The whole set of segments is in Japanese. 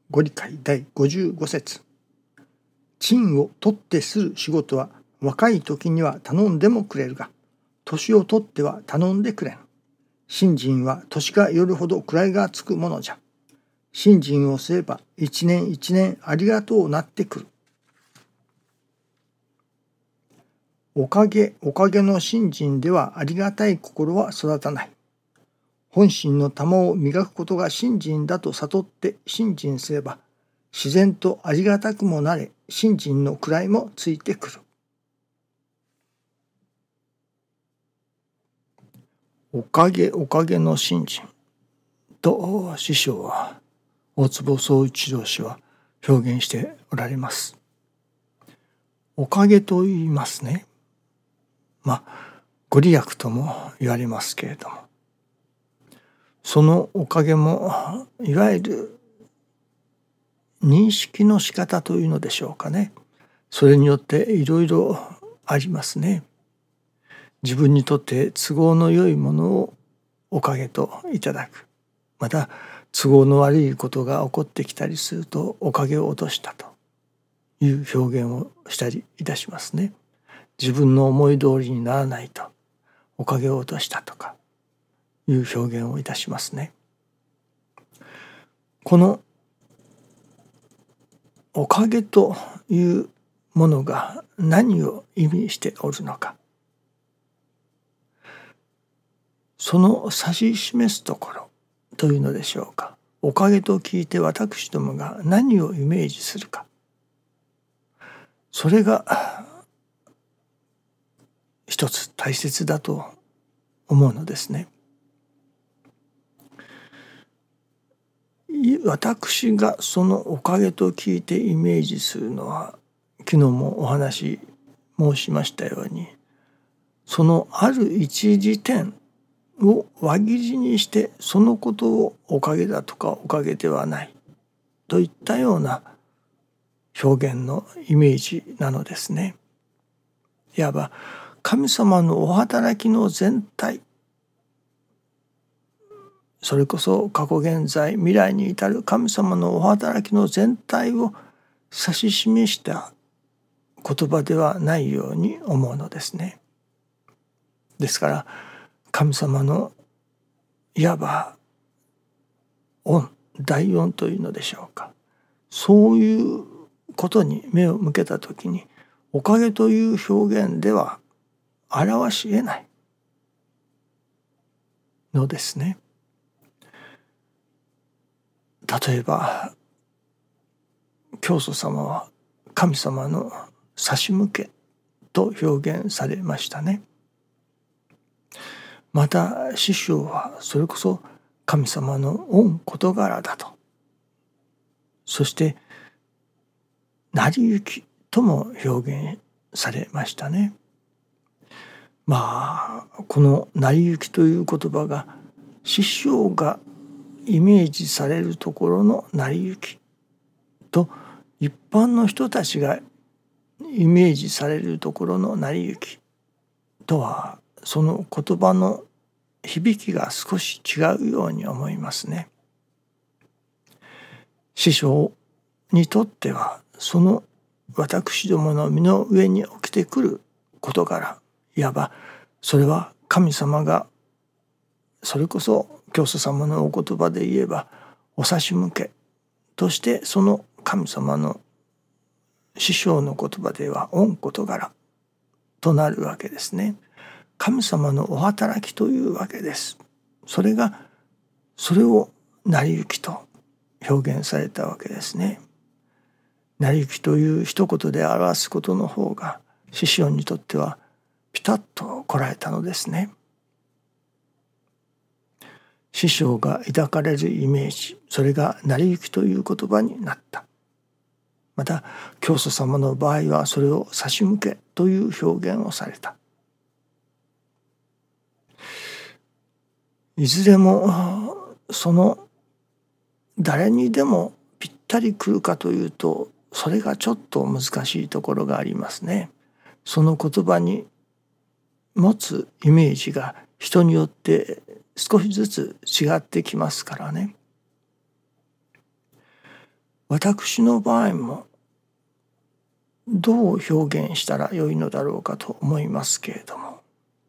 ご理解第55節。賃を取ってする仕事は若い時には頼んでもくれるが、年を取っては頼んでくれん。信心は年がよるほど位がつくものじゃ。信心をすれば一年一年ありがとうなってくる。おかげの信心ではありがたい心は育たない。本心の玉を磨くことが信心だと悟って信心すれば、自然とありがたくもなれ、信心の位もついてくる。おかげの信心と師匠は大坪宗一郎氏は表現しておられます。おかげと言いますね。ご利益とも言われますけれども、そのおかげもいわゆる認識の仕方というのでしょうかね。それによっていろいろありますね。自分にとって都合の良いものをおかげといただく。また都合の悪いことが起こってきたりするとおかげを落としたという表現をしたりいたしますね。自分の思い通りにならないとおかげを落としたとかいう表現をいたしますね。このおかげというものが何を意味しておるのか、その指し示すところというのでしょうか。おかげと聞いて私どもが何をイメージするか、それが一つ大切だと思うのですね。私がそのおかげと聞いてイメージするのは、昨日もお話申しましたように、そのある一時点を輪切りにしてそのことをおかげだとかおかげではないといったような表現のイメージなのですね。いわば神様のお働きの全体、それこそ過去現在未来に至る神様のお働きの全体を指し示した言葉ではないように思うのですね。ですから神様のいわば大恩というのでしょうか、そういうことに目を向けたときに、おかげという表現では表し得ないのですね。例えば教祖様は神様の差し向けと表現されましたね。また師匠はそれこそ神様の御事柄だと、そして成り行きとも表現されましたね。この成り行きという言葉が師匠がイメージされるところの成り行きと、一般の人たちがイメージされるところの成り行きとは、その言葉の響きが少し違うように思いますね。師匠にとってはその私どもの身の上に起きてくる事柄、いわばそれは神様が、それこそ教祖様のお言葉で言えばお差し向けとして、その神様の師匠の言葉では御事柄となるわけですね。神様のお働きというわけです。それを成り行きと表現されたわけですね。成り行きという一言で表すことの方が師匠にとってはピタッとこらえたのですね。師匠が抱かれるイメージ、それが成り行きという言葉になった。また教祖様の場合はそれを差し向けという表現をされた。いずれもその誰にでもぴったりくるかというと、それがちょっと難しいところがありますね。その言葉に持つイメージが人によって少しずつ違ってきますからね。 私の場合もどう表現したらよいのだろうかと思いますけれども、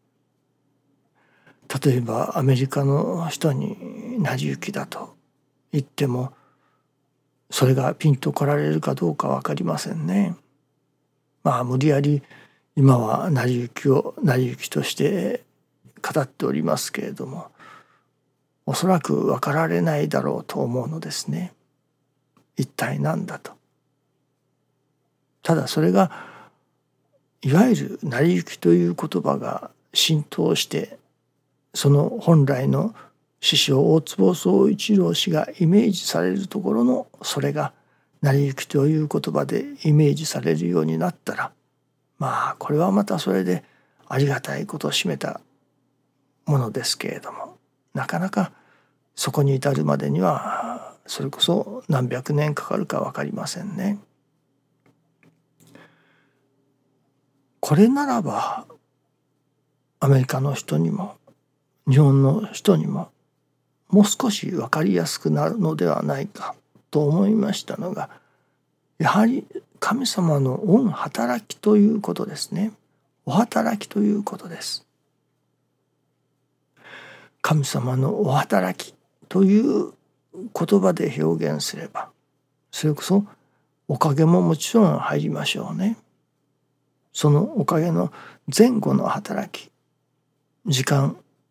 例えばアメリカの人に成り行きだと言っても、それがピンと来られるかどうか分かりませんね。無理やり今は成り行きを成り行きとして語っておりますけれども、おそらく分かられないだろうと思うのですね。一体何だと。ただそれがいわゆる成り行きという言葉が浸透して、その本来の師匠大坪宗一郎氏がイメージされるところのそれが成り行きという言葉でイメージされるようになったら、これはまたそれでありがたいことを占めたものですけれども、なかなかそこに至るまでにはそれこそ何百年かかるか分かりませんね。これならばアメリカの人にも日本の人にももう少し分かりやすくなるのではないかと思いましたのが、やはり神様の御働きということですね。お働きということです。神様のお働きという言葉で表現すれば、それこそおかげももちろん入りましょうね。そのおかげの前後の働き、時間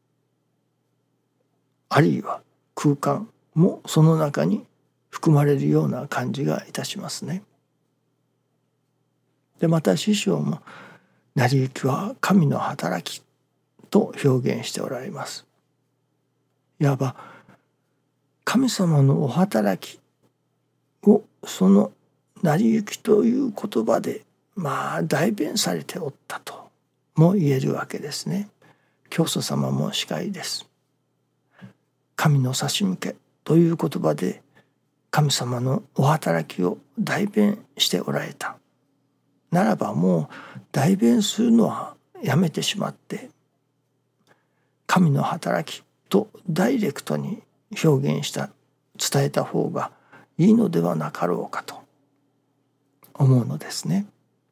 あるいは空間もその中に含まれるような感じがいたしますね。でまた師匠も成り行きは神の働きと表現しておられます。いわば神様のお働きをその成り行きという言葉で代弁されておったとも言えるわけですね。教祖様も司会です。神の差し向けという言葉で神様のお働きを代弁しておられたならば、もう代弁するのはやめてしまって神の働きとダイレクトに表現した伝えた方がいいのではなかろうかと思うのですね。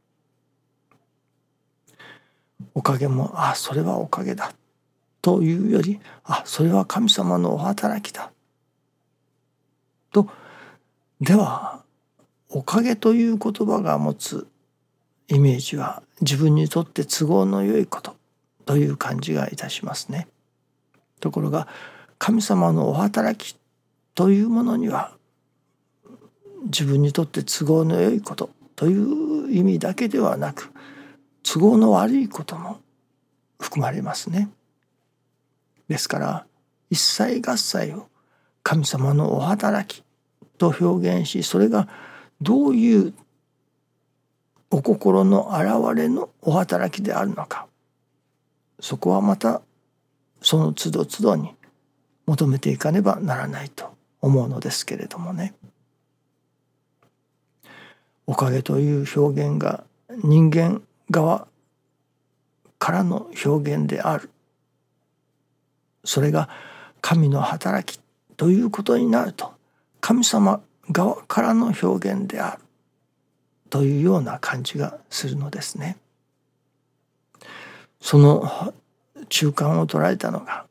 おかげもそれはおかげだというより、それは神様のお働きだと、ではおかげという言葉が持つイメージは自分にとって都合のよいことという感じがいたしますね。ところが神様のお働きというものには自分にとって都合のよいことという意味だけではなく、都合の悪いことも含まれますね。ですから一切合切を神様のお働きと表現し、それがどういうお心の現れのお働きであるのか、そこはまたその都度都度に求めていかねばならないと思うのですけれどもね。おかげという表現が人間側からの表現である、それが神の働きということになると神様側からの表現であるというような感じがするのですね。その中間を捉えたのが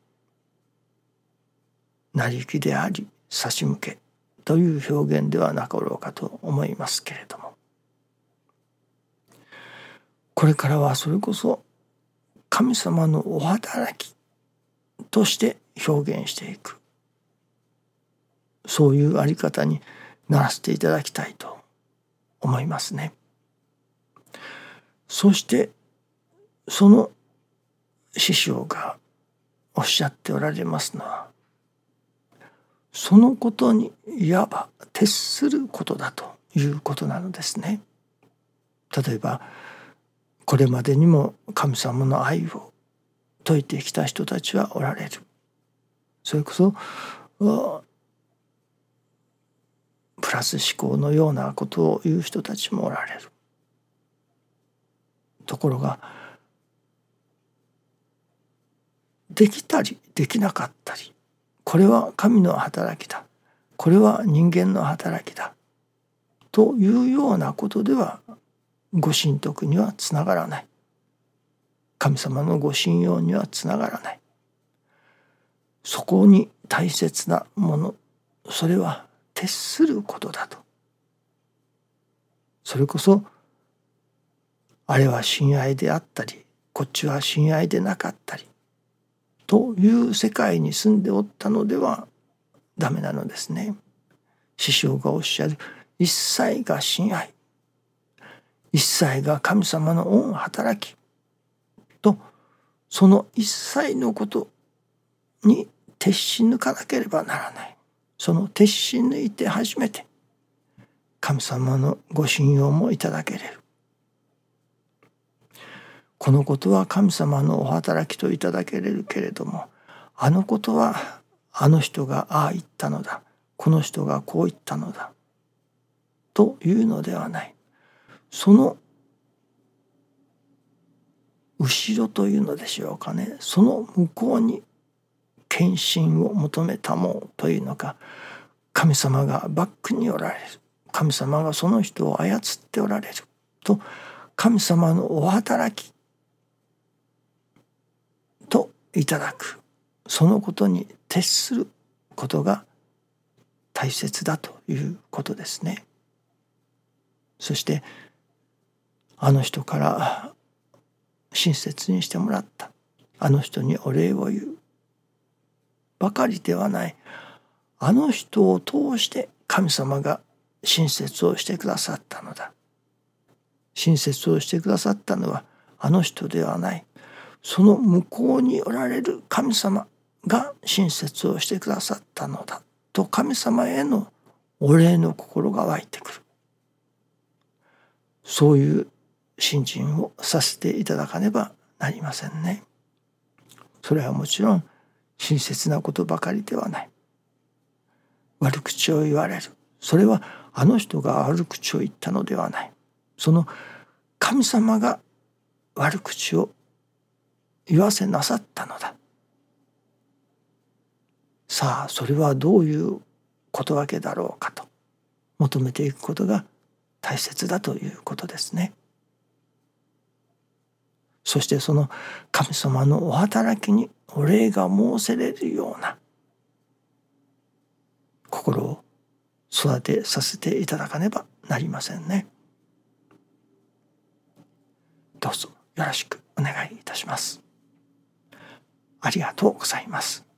成り行きであり差し向けという表現ではなかろうかと思いますけれども、これからはそれこそ神様のお働きとして表現していく、そういうあり方にならせていただきたいと思いますね。そしてその師匠がおっしゃっておられますのは、そのことにいわば徹することだということなのですね。例えばこれまでにも神様の愛を説いてきた人たちはおられる。それこそプラス思考のようなことを言う人たちもおられる。ところができたりできなかったり、これは神の働きだ、これは人間の働きだというようなことではご神徳にはつながらない。神様のご信用にはつながらない。そこに大切なもの、それは徹することだと。それこそあれは親愛であったり、こっちは親愛でなかったりという世界に住んでおったのではダメなのですね。師匠がおっしゃる一切が親愛、一切が神様の御働きと、その一切のことに徹し抜かなければならない。その徹し抜いて初めて神様のご信用もいただけれる。このことは神様のお働きといただけれるけれども、あのことはあの人がああ言ったのだ、この人がこう言ったのだというのではない。その後ろというのでしょうかね、その向こうに献身を求めたもうというのか、神様がバックにおられる、神様がその人を操っておられると、神様のお働きといただく、そのことに徹することが大切だということですね。そしてあの人から親切にしてもらった、あの人にお礼を言うばかりではない、あの人を通して神様が親切をしてくださったのだ。親切をしてくださったのはあの人ではない、その向こうにおられる神様が親切をしてくださったのだと、神様へのお礼の心が湧いてくる。そういう信心をさせていただかねばなりませんね。それはもちろん親切なことばかりではない。悪口を言われる、それはあの人が悪口を言ったのではない、その神様が悪口を言わせなさったのだ。さあそれはどういうことわけだろうかと求めていくことが大切だということですね。そしてその神様のお働きにお礼が申せれるような心を育てさせていただかねばなりませんね。どうぞよろしくお願いいたします。ありがとうございます。